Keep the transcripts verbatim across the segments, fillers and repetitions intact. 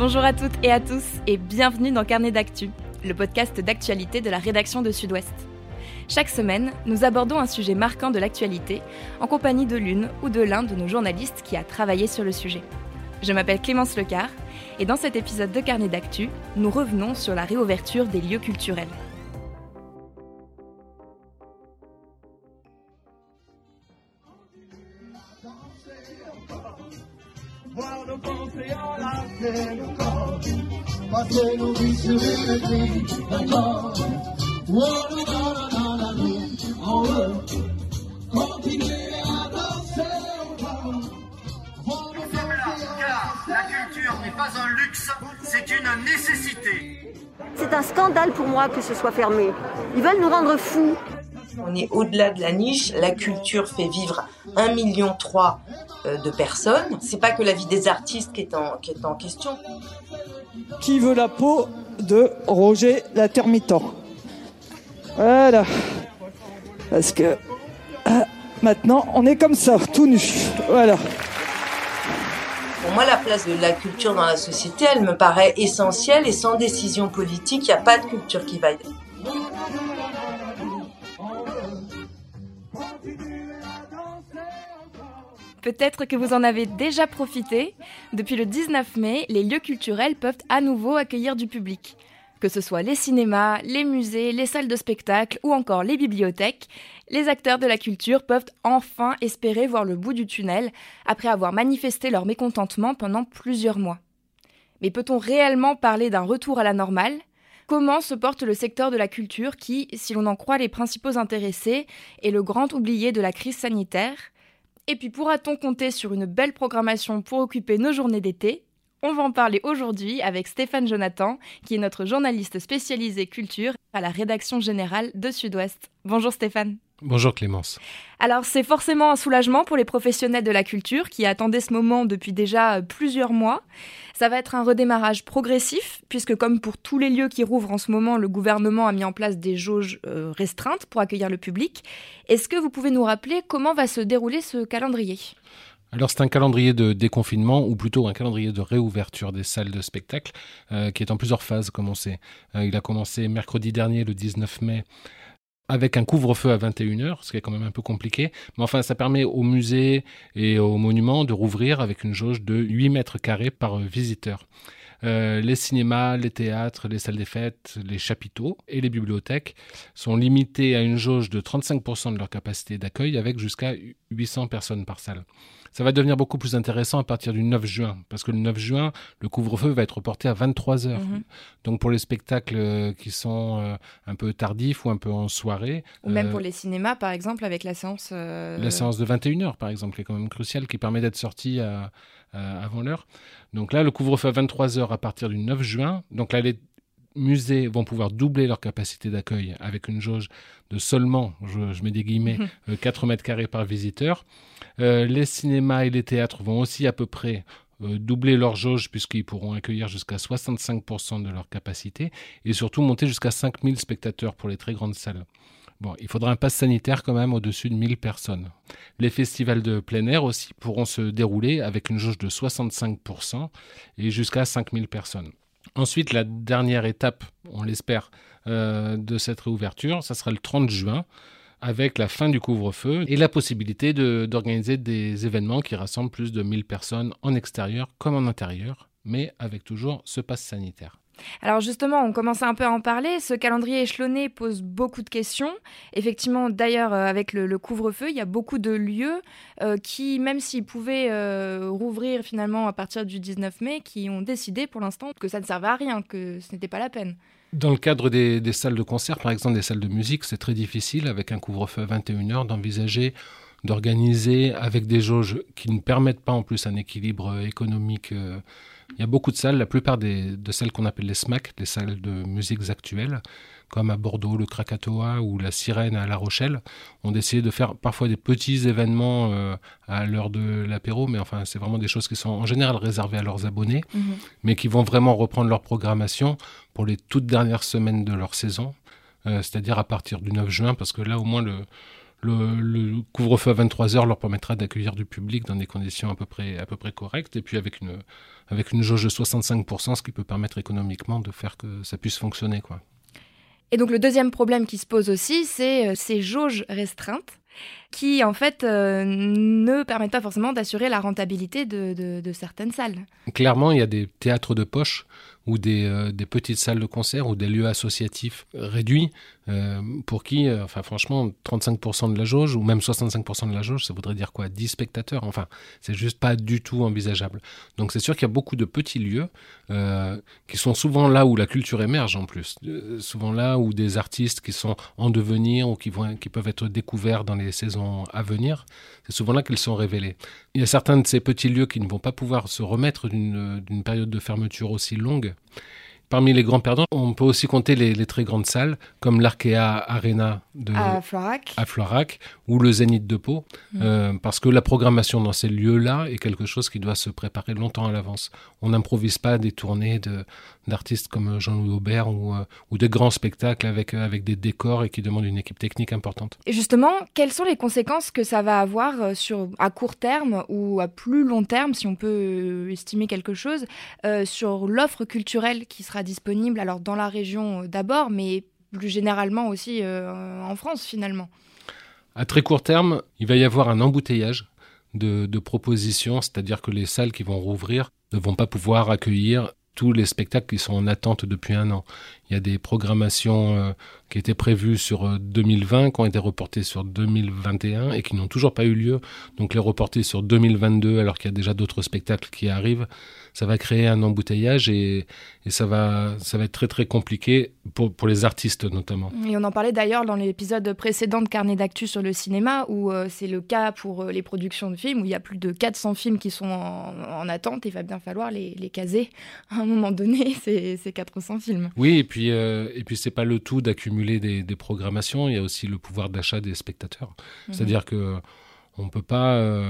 Bonjour à toutes et à tous et bienvenue dans Carnet d'actu, le podcast d'actualité de la rédaction de Sud-Ouest. Chaque semaine, nous abordons un sujet marquant de l'actualité en compagnie de l'une ou de l'un de nos journalistes qui a travaillé sur le sujet. Je m'appelle Clémence Lecard et dans cet épisode de Carnet d'actu, nous revenons sur la réouverture des lieux culturels. La culture n'est pas un luxe, c'est une nécessité. C'est un scandale pour moi que ce soit fermé. Ils veulent nous rendre fous. On est au-delà de la niche. La culture fait vivre un million trois de personnes. C'est pas que la vie des artistes qui est en, qui est en question. Qui veut la peau de Roger l'Intermittent? Voilà. Parce que euh, maintenant, on est comme ça, tout nu. Voilà. Pour moi, la place de la culture dans la société, elle me paraît essentielle et sans décision politique, il n'y a pas de culture qui vaille. Peut-être que vous en avez déjà profité. Depuis le dix-neuf mai, les lieux culturels peuvent à nouveau accueillir du public. Que ce soit les cinémas, les musées, les salles de spectacle ou encore les bibliothèques, les acteurs de la culture peuvent enfin espérer voir le bout du tunnel après avoir manifesté leur mécontentement pendant plusieurs mois. Mais peut-on réellement parler d'un retour à la normale ? Comment se porte le secteur de la culture qui, si l'on en croit les principaux intéressés, est le grand oublié de la crise sanitaire ? Et puis pourra-t-on compter sur une belle programmation pour occuper nos journées d'été ? On va en parler aujourd'hui avec Stéphane Jonathan, qui est notre journaliste spécialisé culture à la rédaction générale de Sud-Ouest. Bonjour Stéphane. Bonjour Clémence. Alors c'est forcément un soulagement pour les professionnels de la culture qui attendaient ce moment depuis déjà plusieurs mois. Ça va être un redémarrage progressif, puisque comme pour tous les lieux qui rouvrent en ce moment, le gouvernement a mis en place des jauges euh, restreintes pour accueillir le public. Est-ce que vous pouvez nous rappeler comment va se dérouler ce calendrier ? Alors c'est un calendrier de déconfinement, ou plutôt un calendrier de réouverture des salles de spectacle, euh, qui est en plusieurs phases, comme on sait. Euh, il a commencé mercredi dernier, le dix-neuf mai, avec un couvre-feu à vingt et une heures, ce qui est quand même un peu compliqué. Mais enfin, ça permet aux musées et aux monuments de rouvrir avec une jauge de huit mètres carrés par visiteur. Euh, les cinémas, les théâtres, les salles des fêtes, les chapiteaux et les bibliothèques sont limités à une jauge de trente-cinq pour cent de leur capacité d'accueil avec jusqu'à huit cents personnes par salle. Ça va devenir beaucoup plus intéressant à partir du neuf juin, parce que le neuf juin, le couvre-feu va être reporté à vingt-trois heures. Mmh. Donc pour les spectacles qui sont euh, un peu tardifs ou un peu en soirée... Ou même euh, pour les cinémas, par exemple, avec la séance... Euh... La séance de vingt et une heures, par exemple, qui est quand même cruciale, qui permet d'être sorti à, à, avant l'heure. Donc là, le couvre-feu à vingt-trois heures à partir du neuf juin. Donc là, les musées vont pouvoir doubler leur capacité d'accueil avec une jauge de seulement, je, je mets des guillemets, euh, quatre mètres carrés par visiteur. Euh, les cinémas et les théâtres vont aussi à peu près euh, doubler leur jauge puisqu'ils pourront accueillir jusqu'à soixante-cinq pour cent de leur capacité et surtout monter jusqu'à cinq mille spectateurs pour les très grandes salles. Bon, il faudra un pass sanitaire quand même au-dessus de mille personnes. Les festivals de plein air aussi pourront se dérouler avec une jauge de soixante-cinq pour cent et jusqu'à cinq mille personnes. Ensuite, la dernière étape, on l'espère, euh, de cette réouverture, ça sera le trente juin, avec la fin du couvre-feu et la possibilité de, d'organiser des événements qui rassemblent plus de mille personnes en extérieur comme en intérieur, mais avec toujours ce pass sanitaire. Alors justement, on commençait un peu à en parler. Ce calendrier échelonné pose beaucoup de questions. Effectivement, d'ailleurs, euh, avec le, le couvre-feu, il y a beaucoup de lieux euh, qui, même s'ils pouvaient euh, rouvrir finalement à partir du dix-neuf mai, qui ont décidé pour l'instant que ça ne servait à rien, que ce n'était pas la peine. Dans le cadre des, des salles de concert, par exemple des salles de musique, c'est très difficile, avec un couvre-feu à vingt et une heures, d'envisager d'organiser avec des jauges qui ne permettent pas en plus un équilibre économique. Euh, il y a beaucoup de salles, la plupart des, de celles qu'on appelle les S M A C, les salles de musiques actuelles, comme à Bordeaux, le Krakatoa ou la Sirène à La Rochelle, ont décidé de faire parfois des petits événements euh, à l'heure de l'apéro, mais enfin c'est vraiment des choses qui sont en général réservées à leurs abonnés, mmh. mais qui vont vraiment reprendre leur programmation pour les toutes dernières semaines de leur saison, euh, c'est-à-dire à partir du neuf juin, parce que là au moins le le, le couvre-feu à vingt-trois heures leur permettra d'accueillir du public dans des conditions à peu près, à peu près correctes, et puis avec une, avec une jauge de soixante-cinq pour cent, ce qui peut permettre économiquement de faire que ça puisse fonctionner, quoi. Et donc le deuxième problème qui se pose aussi, c'est euh, ces jauges restreintes qui en fait euh, ne permettent pas forcément d'assurer la rentabilité de, de, de certaines salles. Clairement, il y a des théâtres de poche ou des, euh, des petites salles de concert ou des lieux associatifs réduits euh, pour qui, euh, enfin franchement, trente-cinq pour cent de la jauge ou même soixante-cinq pour cent de la jauge, ça voudrait dire quoi ? dix spectateurs ? Enfin, c'est juste pas du tout envisageable. Donc c'est sûr qu'il y a beaucoup de petits lieux euh, qui sont souvent là où la culture émerge en plus. Euh, souvent là où des artistes qui sont en devenir ou qui, vont, qui peuvent être découverts dans les saisons à venir, c'est souvent là qu'ils sont révélés. Il y a certains de ces petits lieux qui ne vont pas pouvoir se remettre d'une, d'une période de fermeture aussi longue. Parmi les grands perdants, on peut aussi compter les, les très grandes salles, comme l'Arkea Arena de, à Florac, à Florac ou le Zénith de Pau, mmh. euh, parce que la programmation dans ces lieux-là est quelque chose qui doit se préparer longtemps à l'avance. On n'improvise pas des tournées de, d'artistes comme Jean-Louis Aubert ou, euh, ou des grands spectacles avec, euh, avec des décors et qui demandent une équipe technique importante. Et justement, quelles sont les conséquences que ça va avoir sur, à court terme ou à plus long terme, si on peut estimer quelque chose, euh, sur l'offre culturelle qui sera disponible alors dans la région euh, d'abord, mais plus généralement aussi euh, en France finalement? À très court terme, il va y avoir un embouteillage de, de propositions, c'est-à-dire que les salles qui vont rouvrir ne vont pas pouvoir accueillir tous les spectacles qui sont en attente depuis un an. Il y a des programmations euh, qui étaient prévues sur euh, deux mille vingt, qui ont été reportées sur deux mille vingt et un et qui n'ont toujours pas eu lieu. Donc les reporter sur deux mille vingt-deux alors qu'il y a déjà d'autres spectacles qui arrivent, ça va créer un embouteillage et, et ça, va, ça va être très très compliqué pour, pour les artistes notamment. Et on en parlait d'ailleurs dans l'épisode précédent de Carnet d'actu sur le cinéma où euh, c'est le cas pour euh, les productions de films où il y a plus de quatre cents films qui sont en, en attente et il va bien falloir les, les caser à un moment donné, ces, ces quatre cents films. Oui, et puis, euh, et puis c'est pas le tout d'accumuler des, des programmations, il y a aussi le pouvoir d'achat des spectateurs. Mmh. C'est-à-dire que on peut pas, euh,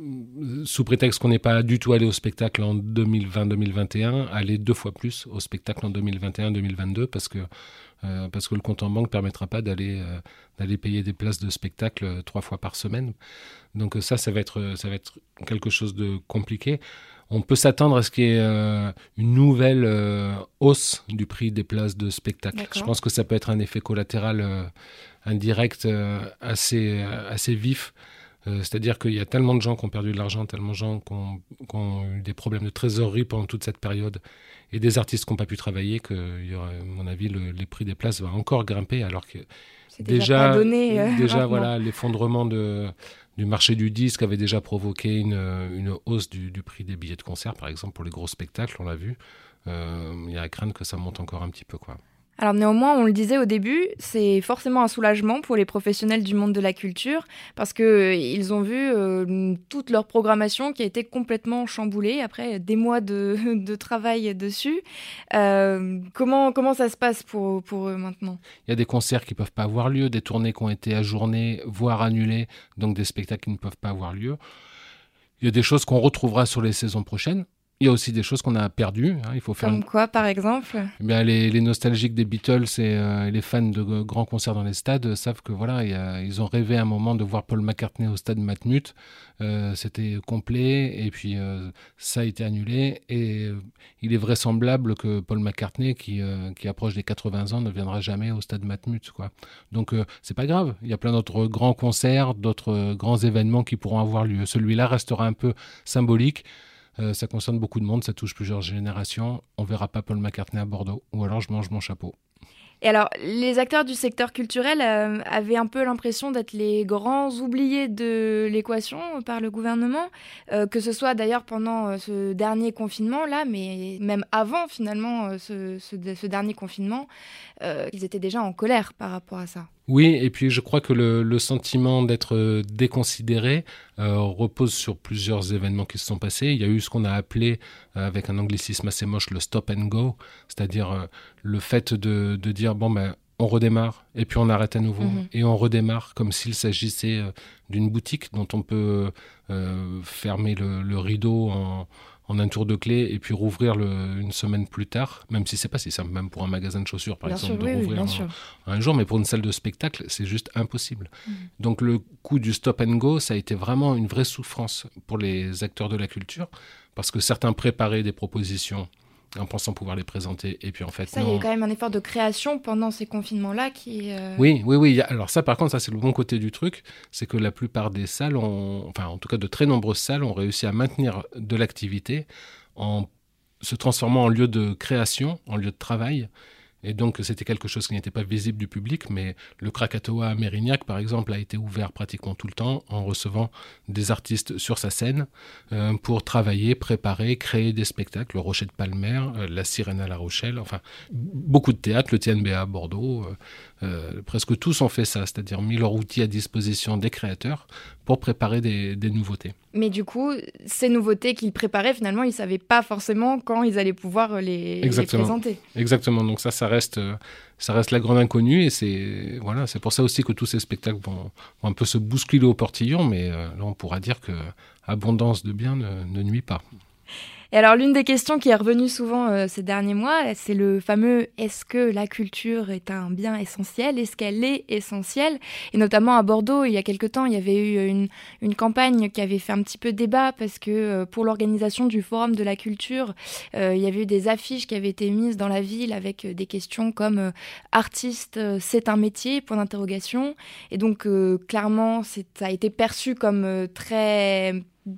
on, sous prétexte qu'on n'est pas du tout allé au spectacle en deux mille vingt deux mille vingt et un, aller deux fois plus au spectacle en deux mille vingt et un deux mille vingt-deux parce que, euh, parce que le compte en banque ne permettra pas d'aller, euh, d'aller payer des places de spectacle euh, trois fois par semaine. Donc ça, ça va être, ça va être quelque chose de compliqué. On peut s'attendre à ce qu'il y ait euh, une nouvelle euh, hausse du prix des places de spectacle. D'accord. Je pense que ça peut être un effet collatéral euh, indirect euh, assez, euh, assez vif. Euh, c'est-à-dire qu'il y a tellement de gens qui ont perdu de l'argent, tellement de gens qui ont, qui ont eu des problèmes de trésorerie pendant toute cette période et des artistes qui n'ont pas pu travailler que, y aura, à mon avis, le, les prix des places vont encore grimper alors que c'est déjà, déjà, pas donné, euh, déjà voilà, l'effondrement de, du marché du disque avait déjà provoqué une, une hausse du, du prix des billets de concert, par exemple, pour les gros spectacles, on l'a vu. Euh, il y a à craindre que ça monte encore un petit peu, quoi. Alors néanmoins, on le disait au début, c'est forcément un soulagement pour les professionnels du monde de la culture parce qu'ils ont vu euh, toute leur programmation qui a été complètement chamboulée après des mois de, de travail dessus. Euh, comment, comment ça se passe pour, pour eux maintenant ? Il y a des concerts qui ne peuvent pas avoir lieu, des tournées qui ont été ajournées, voire annulées, donc des spectacles qui ne peuvent pas avoir lieu. Il y a des choses qu'on retrouvera sur les saisons prochaines. Il y a aussi des choses qu'on a perdues. Hein. Il faut faire Comme une... quoi, par exemple ? Eh bien, les, les nostalgiques des Beatles et euh, les fans de g- grands concerts dans les stades savent que voilà, y a, ils ont rêvé un moment de voir Paul McCartney au stade Matmut. Euh, c'était complet et puis euh, ça a été annulé. Et euh, il est vraisemblable que Paul McCartney, qui, euh, qui approche des quatre-vingts ans, ne viendra jamais au stade Matmut, quoi. Donc, euh, c'est pas grave. Il y a plein d'autres grands concerts, d'autres euh, grands événements qui pourront avoir lieu. Celui-là restera un peu symbolique. Euh, ça concerne beaucoup de monde, ça touche plusieurs générations. On ne verra pas Paul McCartney à Bordeaux, ou alors je mange mon chapeau. Et alors, les acteurs du secteur culturel euh, avaient un peu l'impression d'être les grands oubliés de l'équation par le gouvernement, euh, que ce soit d'ailleurs pendant euh, ce dernier confinement-là, mais même avant finalement euh, ce, ce, ce dernier confinement, euh, ils étaient déjà en colère par rapport à ça. Oui, et puis je crois que le, le sentiment d'être déconsidéré euh, repose sur plusieurs événements qui se sont passés. Il y a eu ce qu'on a appelé, euh, avec un anglicisme assez moche, le stop and go, c'est-à-dire euh, le fait de, de dire, bon, ben, on redémarre, et puis on arrête à nouveau, mmh. et on redémarre comme s'il s'agissait euh, d'une boutique dont on peut euh, fermer le, le rideau en... en un tour de clé et puis rouvrir le, une semaine plus tard, même si c'est pas si simple, même pour un magasin de chaussures par bien exemple, sûr, de oui, rouvrir oui, un, un jour, mais pour une salle de spectacle, c'est juste impossible. Mmh. Donc le coup du stop and go, ça a été vraiment une vraie souffrance pour les acteurs de la culture, parce que certains préparaient des propositions en pensant pouvoir les présenter, et puis en fait ça, non. il y a eu quand même un effort de création pendant ces confinements-là qui... Euh... Oui, oui, oui. Alors ça, par contre, ça c'est le bon côté du truc, c'est que la plupart des salles, ont, enfin en tout cas de très nombreuses salles, ont réussi à maintenir de l'activité en se transformant en lieu de création, en lieu de travail. Et donc, c'était quelque chose qui n'était pas visible du public, mais le Krakatoa à Mérignac, par exemple, a été ouvert pratiquement tout le temps en recevant des artistes sur sa scène euh, pour travailler, préparer, créer des spectacles. Le Rocher de Palmer, euh, la Sirène à La Rochelle, enfin, beaucoup de théâtres, le T N B A à Bordeaux, euh, euh, presque tous ont fait ça, c'est-à-dire mis leurs outils à disposition des créateurs pour préparer des, des nouveautés. Mais du coup, ces nouveautés qu'ils préparaient, finalement, ils ne savaient pas forcément quand ils allaient pouvoir les, les présenter. Exactement. Donc ça, ça reste, ça reste la grande inconnue. Et c'est, voilà, c'est pour ça aussi que tous ces spectacles vont, vont un peu se bousculer au portillon. Mais euh, là, on pourra dire que abondance de biens ne, ne nuit pas. Et alors, l'une des questions qui est revenue souvent euh, ces derniers mois, c'est le fameux « est-ce que la culture est un bien essentiel ? Est-ce qu'elle est essentielle ?» Et notamment à Bordeaux, il y a quelque temps, il y avait eu une, une campagne qui avait fait un petit peu débat parce que euh, pour l'organisation du Forum de la culture, euh, il y avait eu des affiches qui avaient été mises dans la ville avec des questions comme euh, « artiste, c'est un métier ?» point d'interrogation. Et donc, euh, clairement, c'est, ça a été perçu comme euh, très...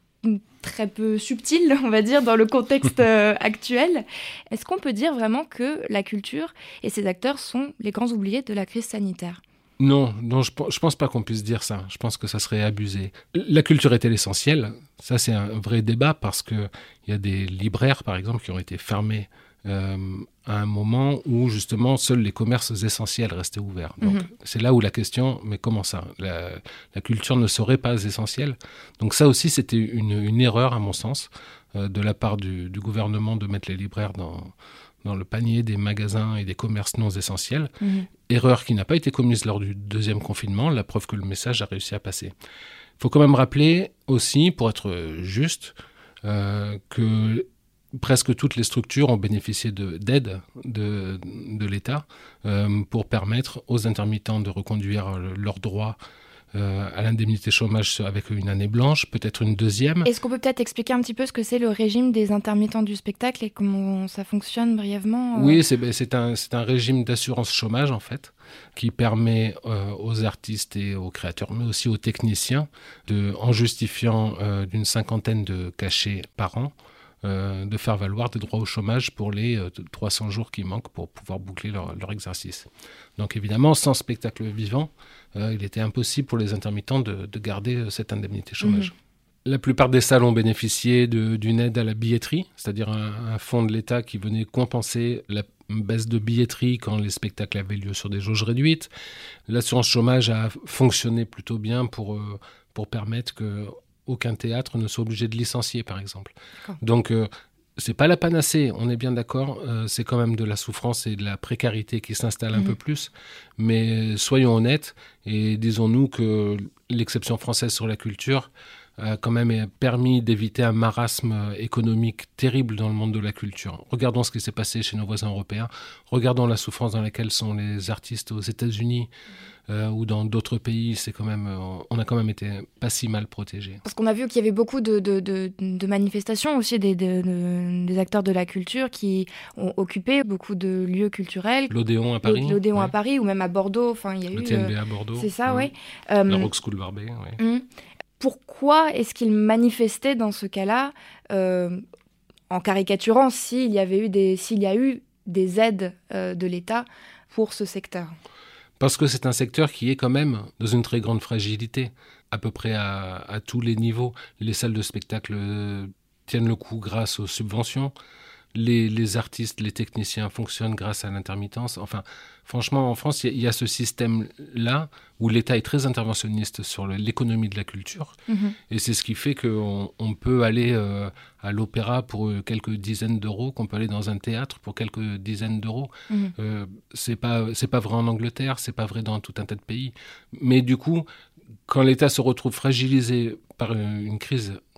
très peu subtil, on va dire, dans le contexte euh, actuel. Est-ce qu'on peut dire vraiment que la culture et ses acteurs sont les grands oubliés de la crise sanitaire ? Non, non, je ne pense pas qu'on puisse dire ça. Je pense que ça serait abusé. La culture est-elle essentielle ? Ça, c'est un vrai débat parce qu'il y a des libraires, par exemple, qui ont été fermés euh, à un moment où, justement, seuls les commerces essentiels restaient ouverts. Donc, mm-hmm. c'est là où la question, mais comment ça ? la, la culture ne serait pas essentielle ? Donc ça aussi, c'était une, une erreur, à mon sens, euh, de la part du, du gouvernement de mettre les libraires dans... dans le panier des magasins et des commerces non essentiels. Mmh. Erreur qui n'a pas été commise lors du deuxième confinement, la preuve que le message a réussi à passer. Il faut quand même rappeler aussi, pour être juste, euh, que presque toutes les structures ont bénéficié de, d'aide de, de l'État euh, pour permettre aux intermittents de reconduire leurs droits Euh, à l'indemnité chômage avec une année blanche, peut-être une deuxième. Est-ce qu'on peut peut-être expliquer un petit peu ce que c'est le régime des intermittents du spectacle et comment ça fonctionne brièvement euh... Oui, c'est, c'est, un, c'est un régime d'assurance chômage, en fait, qui permet euh, aux artistes et aux créateurs, mais aussi aux techniciens, de, en justifiant euh, d'une cinquantaine de cachets par an, Euh, de faire valoir des droits au chômage pour les euh, trois cents jours qui manquent pour pouvoir boucler leur, leur exercice. Donc évidemment, sans spectacle vivant, euh, il était impossible pour les intermittents de, de garder euh, cette indemnité chômage. Mmh. La plupart des salles ont bénéficié de, d'une aide à la billetterie, c'est-à-dire un, un fonds de l'État qui venait compenser la baisse de billetterie quand les spectacles avaient lieu sur des jauges réduites. L'assurance chômage a fonctionné plutôt bien pour, euh, pour permettre que aucun théâtre ne soit obligé de licencier, par exemple. D'accord. Donc, euh, c'est pas la panacée, on est bien d'accord. Euh, c'est quand même de la souffrance et de la précarité qui s'installe mmh. un peu plus. Mais soyons honnêtes et disons-nous que l'exception française sur la culture a quand même permis d'éviter un marasme économique terrible dans le monde de la culture. Regardons ce qui s'est passé chez nos voisins européens. Regardons la souffrance dans laquelle sont les artistes aux États-Unis. Euh, ou dans d'autres pays, c'est quand même, euh, on a quand même été pas si mal protégés. Parce qu'on a vu qu'il y avait beaucoup de, de, de, de manifestations aussi des, de, de, des acteurs de la culture qui ont occupé beaucoup de lieux culturels. L'Odéon à Paris. L'Odéon ouais. à Paris, ou même à Bordeaux. Enfin, il y a le eu, T N B A à Bordeaux. C'est ça, mmh. oui. Euh, la Rock School Barbet, oui. Mmh. Pourquoi est-ce qu'ils manifestaient dans ce cas-là, euh, en caricaturant s'il y avait eu des, s'il y a eu des aides euh, de l'État pour ce secteur ? Parce que c'est un secteur qui est quand même dans une très grande fragilité, à peu près à, à tous les niveaux. Les salles de spectacle tiennent le coup grâce aux subventions. Les, les artistes, les techniciens fonctionnent grâce à l'intermittence. Enfin, franchement, en France, il y, y a ce système-là où l'État est très interventionniste sur le, l'économie de la culture. Mmh. Et c'est ce qui fait qu'on on peut aller euh, à l'opéra pour quelques dizaines d'euros, qu'on peut aller dans un théâtre pour quelques dizaines d'euros. Mmh. Euh, c'est pas, c'est pas vrai en Angleterre, c'est pas vrai dans tout un tas de pays. Mais du coup, quand l'État se retrouve fragilisé par une, une crise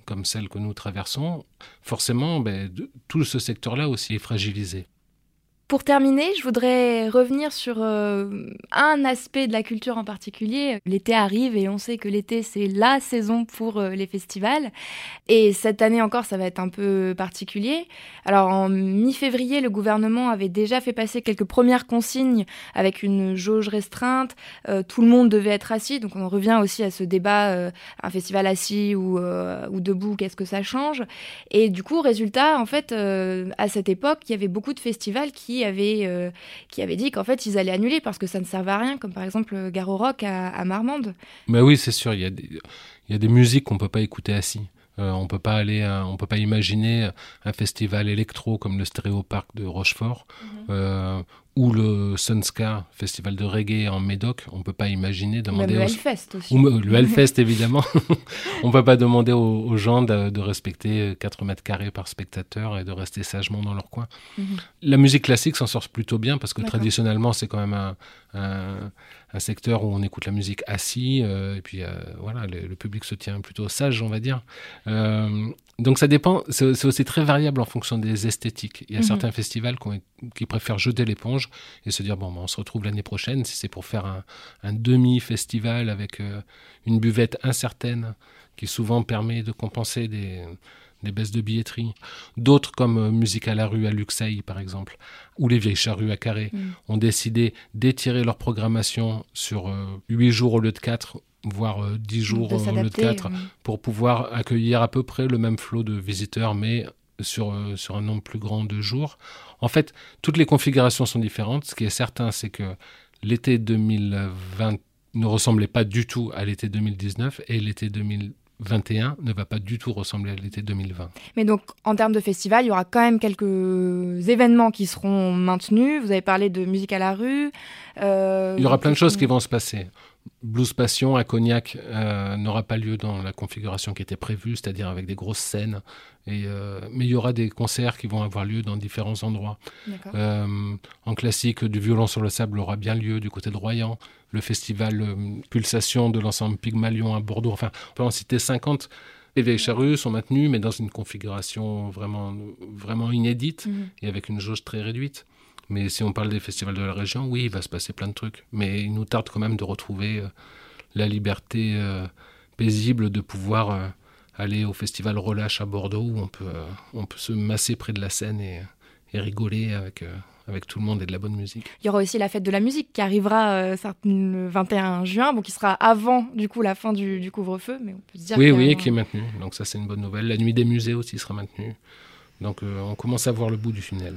comme celle que nous traversons, forcément, ben, de, tout ce secteur-là aussi est fragilisé. Pour terminer, je voudrais revenir sur euh, un aspect de la culture en particulier. L'été arrive et on sait que l'été, c'est la saison pour euh, les festivals. Et cette année encore, ça va être un peu particulier. Alors, en mi-février, le gouvernement avait déjà fait passer quelques premières consignes avec une jauge restreinte. Euh, tout le monde devait être assis. Donc, on en revient aussi à ce débat, euh, un festival assis ou, euh, ou debout, qu'est-ce que ça change ? Et du coup, résultat, en fait, euh, à cette époque, il y avait beaucoup de festivals qui Qui avait, euh, qui avait dit qu'en fait ils allaient annuler parce que ça ne servait à rien, comme par exemple Garo Rock à, à Marmande. Mais oui, c'est sûr, il y a des, il y a des musiques qu'on peut pas écouter assis. Euh, on peut pas aller, à, on peut pas imaginer un festival électro comme le Stéréo Park de Rochefort mm-hmm. euh, ou le Sunska, festival de reggae en Médoc. On peut pas imaginer demander. Même le aux... Hellfest aussi. Ou le Hellfest évidemment. On peut pas demander aux, aux gens de, de respecter quatre mètres carrés par spectateur et de rester sagement dans leur coin. Mm-hmm. La musique classique s'en sort plutôt bien parce que D'accord. traditionnellement c'est quand même un, un, un secteur où on écoute la musique assis euh, et puis euh, voilà, le, le public se tient plutôt sage, on va dire. Euh, donc ça dépend, c'est, c'est aussi très variable en fonction des esthétiques. Il y a mmh. certains festivals qui, ont, qui préfèrent jeter l'éponge et se dire bon, ben, on se retrouve l'année prochaine si c'est pour faire un, un demi-festival avec euh, une buvette incertaine qui souvent permet de compenser des, des baisses de billetterie. D'autres comme euh, Musique à la rue à Luxeuil par exemple ou les Vieilles Charrues à Carré mmh. ont décidé d'étirer leur programmation sur euh, huit jours au lieu de quatre, voire euh, dix jours au lieu de quatre, oui. pour pouvoir accueillir à peu près le même flot de visiteurs, mais sur, euh, sur un nombre plus grand de jours. En fait, toutes les configurations sont différentes. Ce qui est certain, c'est que l'été deux mille vingt ne ressemblait pas du tout à l'été deux mille dix-neuf et l'été deux mille vingt et un ne va pas du tout ressembler à l'été deux mille vingt. Mais donc, en termes de festival, il y aura quand même quelques événements qui seront maintenus. Vous avez parlé de Musique à la rue. Euh, il y aura plein de choses qui vont se passer. Blues Passion à Cognac euh, n'aura pas lieu dans la configuration qui était prévue, c'est-à-dire avec des grosses scènes. Et, euh, mais il y aura des concerts qui vont avoir lieu dans différents endroits. Euh, en classique, du violon sur le sable aura bien lieu du côté de Royan. Le festival euh, Pulsation de l'ensemble Pygmalion à Bordeaux. Enfin, on peut en citer cinquante. Les Vieilles Charrues sont maintenues, mais dans une configuration vraiment, vraiment inédite mmh. et avec une jauge très réduite. Mais si on parle des festivals de la région, oui, il va se passer plein de trucs. Mais il nous tarde quand même de retrouver euh, la liberté euh, paisible de pouvoir euh, aller au festival Relâche à Bordeaux où on peut, euh, on peut se masser près de la scène et, et rigoler avec, euh, avec tout le monde et de la bonne musique. Il y aura aussi la fête de la musique qui arrivera euh, le vingt et un juin, bon, qui sera avant du coup, la fin du, du couvre-feu. Mais on peut se dire oui, qu'il oui, y a... qui est maintenue. Donc ça, c'est une bonne nouvelle. La nuit des musées aussi sera maintenue. Donc euh, on commence à voir le bout du tunnel.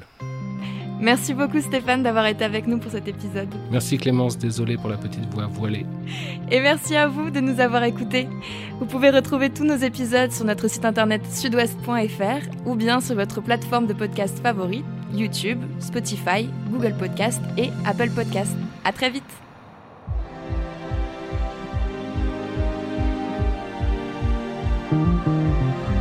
Merci beaucoup Stéphane d'avoir été avec nous pour cet épisode. Merci Clémence, désolé pour la petite voix voilée. Et merci à vous de nous avoir écoutés. Vous pouvez retrouver tous nos épisodes sur notre site internet sudouest point f r ou bien sur votre plateforme de podcast favorite, YouTube, Spotify, Google Podcast et Apple Podcast. À très vite. Thank you.